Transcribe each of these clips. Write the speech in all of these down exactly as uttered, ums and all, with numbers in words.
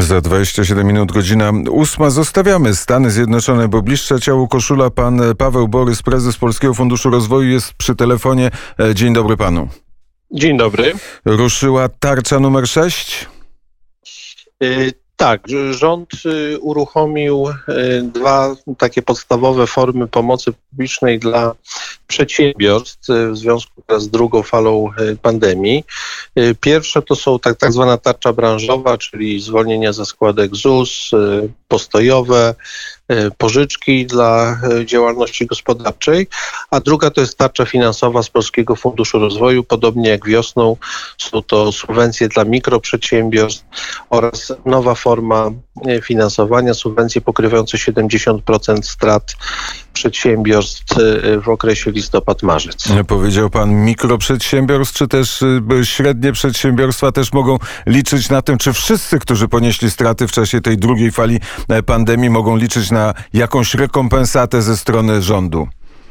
Za dwadzieścia siedem minut, godzina ósma. Zostawiamy Stany Zjednoczone, bo bliższe ciału koszula. Pan Paweł Borys, prezes Polskiego Funduszu Rozwoju, jest przy telefonie. Dzień dobry panu. Dzień dobry. Ruszyła tarcza numer sześć? Yy, tak, rząd uruchomił dwa takie podstawowe formy pomocy publicznej dla przedsiębiorstw w związku z drugą falą pandemii. Pierwsze to są tak, tak zwana tarcza branżowa, czyli zwolnienia ze składek Z U S, postojowe, pożyczki dla działalności gospodarczej, a druga to jest tarcza finansowa z Polskiego Funduszu Rozwoju. Podobnie jak wiosną są to subwencje dla mikroprzedsiębiorstw oraz nowa forma finansowania, subwencje pokrywające siedemdziesiąt procent strat przedsiębiorstw w okresie listopad-marzec. Powiedział pan mikroprzedsiębiorstw, czy też średnie przedsiębiorstwa też mogą liczyć na tym, czy wszyscy, którzy ponieśli straty w czasie tej drugiej fali pandemii, mogą liczyć na jakąś rekompensatę ze strony rządu?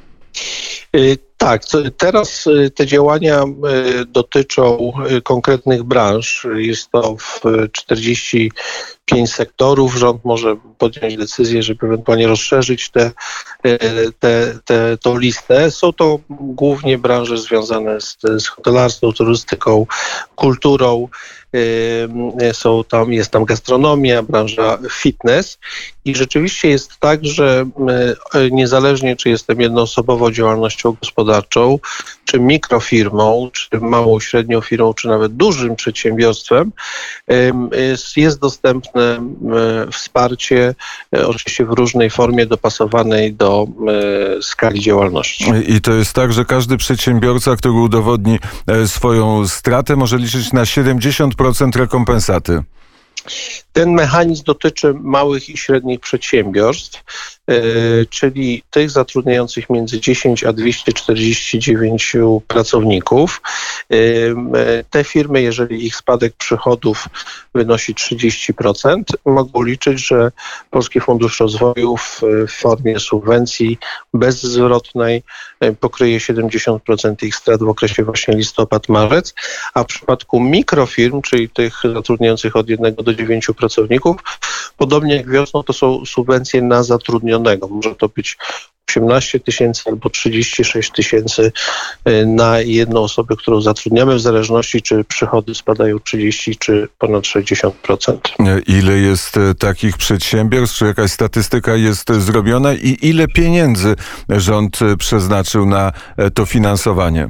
Tak, teraz te działania dotyczą konkretnych branż. Jest to w czterdzieści pięć sektorów. Rząd może podjąć decyzję, żeby ewentualnie rozszerzyć te, te, te, tą listę. Są to głównie branże związane z, z hotelarstwem, turystyką, kulturą. Są tam, jest tam gastronomia, branża fitness i rzeczywiście jest tak, że niezależnie czy jestem jednoosobową działalnością gospodarczą, czy mikrofirmą, czy małą, średnią firmą, czy nawet dużym przedsiębiorstwem, jest dostępne wsparcie, oczywiście w różnej formie dopasowanej do skali działalności. I to jest tak, że każdy przedsiębiorca, który udowodni swoją stratę, może liczyć na siedemdziesiąt procent rekompensaty. Ten mechanizm dotyczy małych i średnich przedsiębiorstw, yy, czyli tych zatrudniających między dziesięć a dwieście czterdzieści dziewięć pracowników. Yy, te firmy, jeżeli ich spadek przychodów wynosi trzydzieści procent, mogą liczyć, że Polski Fundusz Rozwoju w, w formie subwencji bezzwrotnej pokryje siedemdziesiąt procent ich strat w okresie właśnie listopad-marzec, a w przypadku mikrofirm, czyli tych zatrudniających od jednego do dziewięciu pracowników, podobnie jak wiosną, to są subwencje na zatrudnionego. Może to być osiemnaście tysięcy albo trzydzieści sześć tysięcy na jedną osobę, którą zatrudniamy, w zależności czy przychody spadają trzydzieści czy ponad sześćdziesiąt procent. Ile jest takich przedsiębiorstw? Czy jakaś statystyka jest zrobiona i ile pieniędzy rząd przeznaczył na to finansowanie?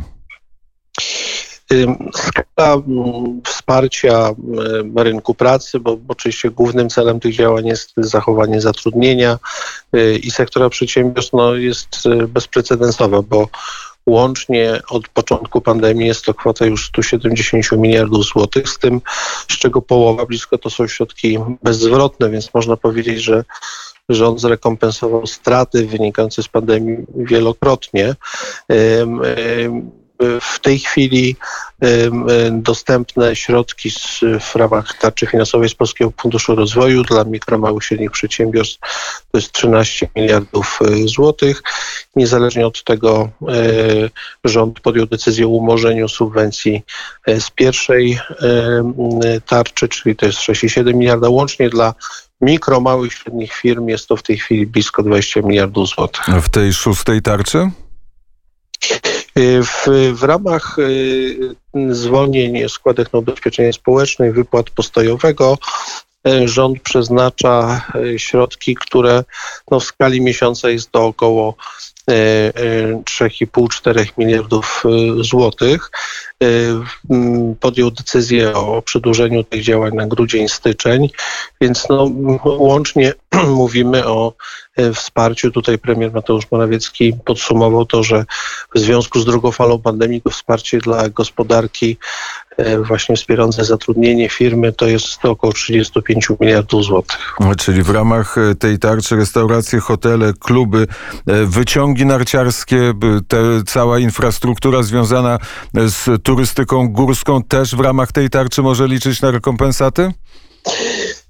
Skala wsparcia rynku pracy, bo oczywiście głównym celem tych działań jest zachowanie zatrudnienia i sektora przedsiębiorstw, no, jest bezprecedensowa, bo łącznie od początku pandemii jest to kwota już sto siedemdziesiąt miliardów złotych, z tym z czego połowa blisko to są środki bezzwrotne, więc można powiedzieć, że rząd zrekompensował straty wynikające z pandemii wielokrotnie. W tej chwili dostępne środki z, w ramach tarczy finansowej z Polskiego Funduszu Rozwoju dla mikro, małych, średnich przedsiębiorstw to jest trzynaście miliardów złotych. Niezależnie od tego rząd podjął decyzję o umorzeniu subwencji z pierwszej tarczy, czyli to jest sześć i siedem miliarda łącznie dla mikro, małych, średnich firm jest to w tej chwili blisko dwadzieścia miliardów złotych. W tej szóstej tarczy? W, w ramach y, zwolnień składek na ubezpieczenie społeczne, wypłat postojowego y, rząd przeznacza y, środki, które no, w skali miesiąca jest to około y, y, trzy i pół do czterech miliardów y, złotych. Y, y, podjął decyzję o przedłużeniu tych działań na grudzień, styczeń, więc no, łącznie mówimy o wsparciu. Tutaj premier Mateusz Morawiecki podsumował to, że w związku z drugą falą pandemii to wsparcie dla gospodarki właśnie wspierające zatrudnienie firmy to jest około trzydzieści pięć miliardów złotych. Czyli w ramach tej tarczy restauracje, hotele, kluby, wyciągi narciarskie, te, cała infrastruktura związana z turystyką górską też w ramach tej tarczy może liczyć na rekompensaty?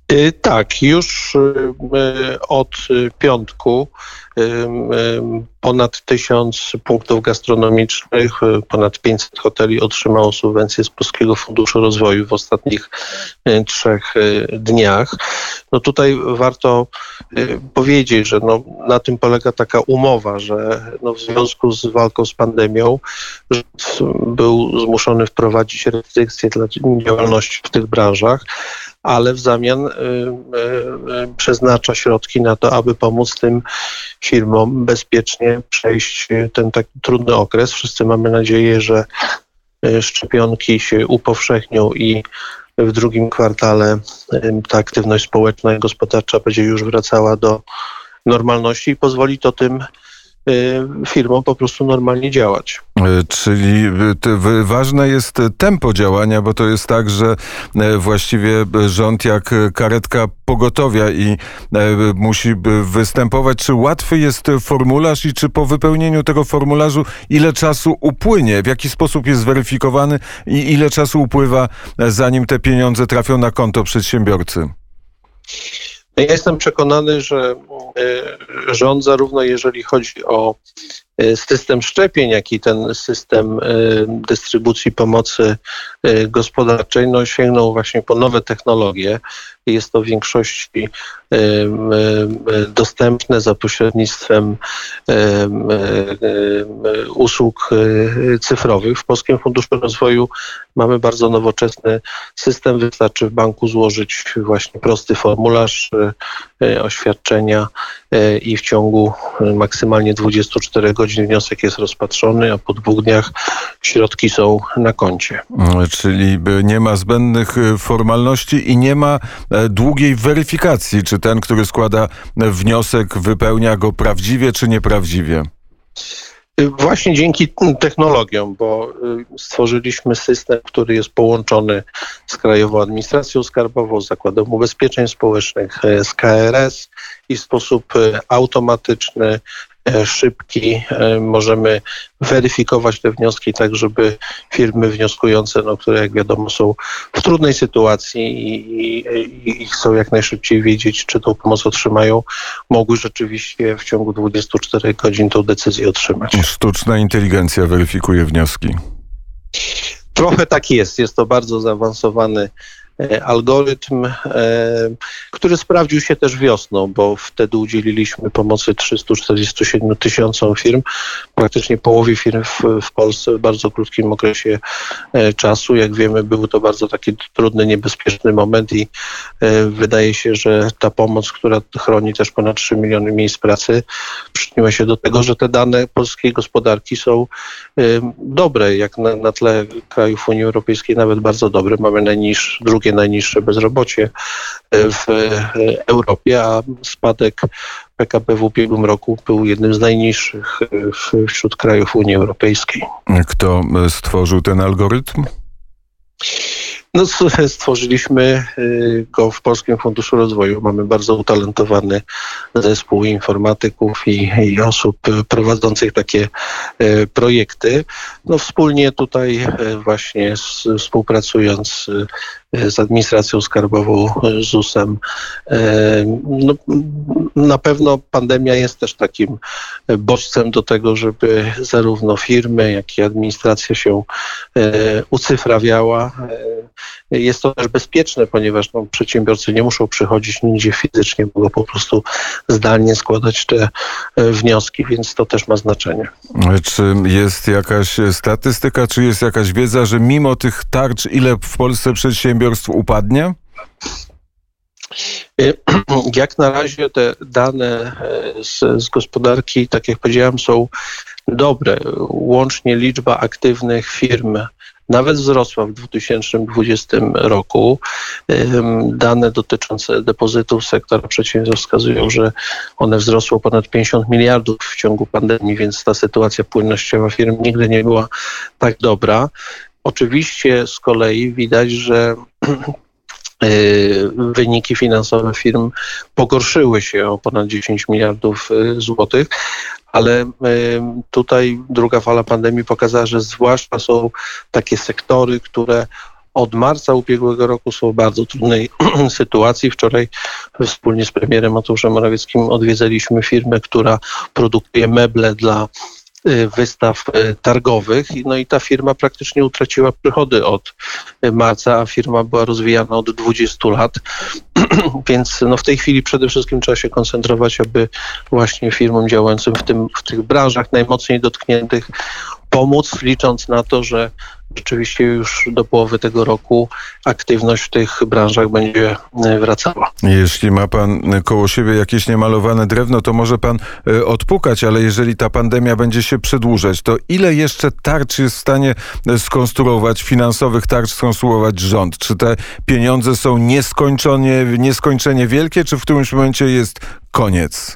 Tak, już od piątku ponad tysiąc punktów gastronomicznych, ponad pięćset hoteli otrzymało subwencję z Polskiego Funduszu Rozwoju w ostatnich trzech dniach. No tutaj warto powiedzieć, że no na tym polega taka umowa, że no w związku z walką z pandemią rząd był zmuszony wprowadzić restrykcje dla działalności w tych branżach, ale w zamian y, y, y, przeznacza środki na to, aby pomóc tym firmom bezpiecznie przejść ten taki trudny okres. Wszyscy mamy nadzieję, że y, szczepionki się upowszechnią i w drugim kwartale y, ta aktywność społeczna i gospodarcza będzie już wracała do normalności i pozwoli to tym firmom po prostu normalnie działać. Czyli ważne jest tempo działania, bo to jest tak, że właściwie rząd jak karetka pogotowia i musi występować. Czy łatwy jest formularz i czy po wypełnieniu tego formularzu ile czasu upłynie? W jaki sposób jest weryfikowany i ile czasu upływa, zanim te pieniądze trafią na konto przedsiębiorcy? Ja jestem przekonany, że rząd, zarówno jeżeli chodzi o system szczepień, jak i ten system dystrybucji pomocy gospodarczej, no sięgnął właśnie po nowe technologie. Jest to w większości dostępne za pośrednictwem usług cyfrowych. W Polskim Funduszu Rozwoju mamy bardzo nowoczesny system. Wystarczy w banku złożyć właśnie prosty formularz oświadczenia i w ciągu maksymalnie dwudziestu czterech godzin wniosek jest rozpatrzony, a po dwóch dniach środki są na koncie. Czyli nie ma zbędnych formalności i nie ma długiej weryfikacji, czy ten, który składa wniosek, wypełnia go prawdziwie, czy nieprawdziwie. Właśnie dzięki technologiom, bo stworzyliśmy system, który jest połączony z Krajową Administracją Skarbową, z Zakładem Ubezpieczeń Społecznych, z K R S i w sposób automatyczny, szybki możemy weryfikować te wnioski tak, żeby firmy wnioskujące, no, które jak wiadomo są w trudnej sytuacji i, i, i chcą jak najszybciej wiedzieć, czy tą pomoc otrzymają, mogły rzeczywiście w ciągu dwudziestu czterech godzin tą decyzję otrzymać. Sztuczna inteligencja weryfikuje wnioski. Trochę tak jest. Jest to bardzo zaawansowany algorytm, który sprawdził się też wiosną, bo wtedy udzieliliśmy pomocy trzystu czterdziestu siedmiu tysiącom firm, praktycznie połowie firm w, w Polsce w bardzo krótkim okresie czasu. Jak wiemy, był to bardzo taki trudny, niebezpieczny moment i wydaje się, że ta pomoc, która chroni też ponad trzy miliony miejsc pracy, przyczyniła się do tego, że te dane polskiej gospodarki są dobre, jak na, na tle krajów Unii Europejskiej nawet bardzo dobre. Mamy najniższe, drugie najniższe bezrobocie w Europie, a spadek P K B w ubiegłym roku był jednym z najniższych wśród krajów Unii Europejskiej. Kto stworzył ten algorytm? No, stworzyliśmy go w Polskim Funduszu Rozwoju. Mamy bardzo utalentowany zespół informatyków i, i osób prowadzących takie projekty. No, wspólnie tutaj właśnie z, współpracując z administracją skarbową, z ZUS-em. No, na pewno pandemia jest też takim bodźcem do tego, żeby zarówno firmy, jak i administracja się ucyfrawiała. Jest to też bezpieczne, ponieważ no, przedsiębiorcy nie muszą przychodzić nigdzie fizycznie, mogą po prostu zdalnie składać te wnioski, więc to też ma znaczenie. Czy jest jakaś statystyka, czy jest jakaś wiedza, że mimo tych tarcz, ile w Polsce przedsiębiorstw upadnie? Jak na razie te dane z, z gospodarki, tak jak powiedziałem, są dobre. Łącznie liczba aktywnych firm nawet wzrosła w dwa tysiące dwudziestym roku. Dane dotyczące depozytów sektora przedsiębiorstw wskazują, że one wzrosły o ponad pięćdziesiąt miliardów w ciągu pandemii, więc ta sytuacja płynnościowa firm nigdy nie była tak dobra. Oczywiście z kolei widać, że wyniki finansowe firm pogorszyły się o ponad dziesięć miliardów złotych, ale tutaj druga fala pandemii pokazała, że zwłaszcza są takie sektory, które od marca ubiegłego roku są w bardzo trudnej sytuacji. Wczoraj wspólnie z premierem Mateuszem Morawieckim odwiedzaliśmy firmę, która produkuje meble dla wystaw targowych. No i ta firma praktycznie utraciła przychody od marca, a firma była rozwijana od dwudziestu lat. Więc no w tej chwili przede wszystkim trzeba się koncentrować, aby właśnie firmom działającym w, tym, w tych branżach najmocniej dotkniętych pomóc, licząc na to, że rzeczywiście już do połowy tego roku aktywność w tych branżach będzie wracała. Jeśli ma pan koło siebie jakieś niemalowane drewno, to może pan odpukać, ale jeżeli ta pandemia będzie się przedłużać, to ile jeszcze tarcz jest w stanie skonstruować, finansowych tarcz skonstruować rząd? Czy te pieniądze są nieskończenie, nieskończenie wielkie, czy w którymś momencie jest koniec?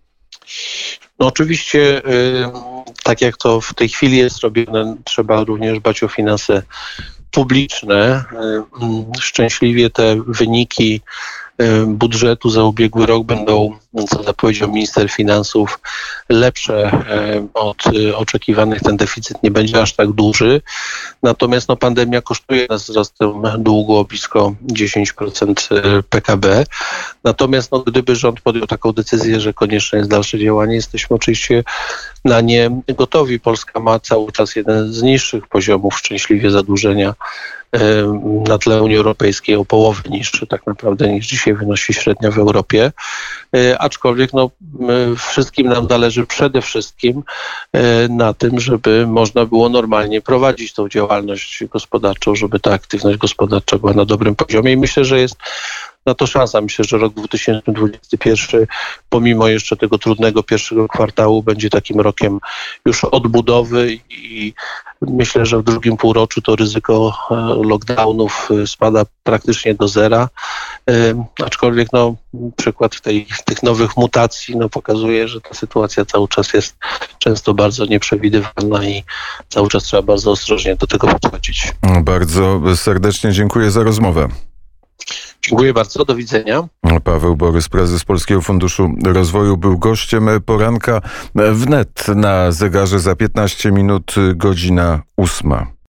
No oczywiście, tak jak to w tej chwili jest robione, trzeba również dbać o finanse publiczne. Szczęśliwie te wyniki budżetu za ubiegły rok będą, co zapowiedział minister finansów, lepsze od oczekiwanych. Ten deficyt nie będzie aż tak duży. Natomiast no, pandemia kosztuje nas wzrostem długu o blisko dziesięć procent P K B. Natomiast no, gdyby rząd podjął taką decyzję, że konieczne jest dalsze działanie, jesteśmy oczywiście na nie gotowi. Polska ma cały czas jeden z niższych poziomów szczęśliwie zadłużenia na tle Unii Europejskiej, o połowę niższy tak naprawdę niż dzisiaj wynosi średnia w Europie. Aczkolwiek no, wszystkim nam zależy przede wszystkim na tym, żeby można było normalnie prowadzić tą działalność gospodarczą, żeby ta aktywność gospodarcza była na dobrym poziomie i myślę, że jest na to szansa. Myślę, że rok dwa tysiące dwudziesty pierwszy, pomimo jeszcze tego trudnego pierwszego kwartału, będzie takim rokiem już odbudowy i myślę, że w drugim półroczu to ryzyko lockdownów spada praktycznie do zera. Aczkolwiek no, przykład tej, tych nowych mutacji no, pokazuje, że ta sytuacja cały czas jest często bardzo nieprzewidywalna i cały czas trzeba bardzo ostrożnie do tego podchodzić. Bardzo serdecznie dziękuję za rozmowę. Dziękuję bardzo, do widzenia. Paweł Borys, prezes Polskiego Funduszu Rozwoju, był gościem poranka wnet. Na zegarze za piętnaście minut, godzina ósma.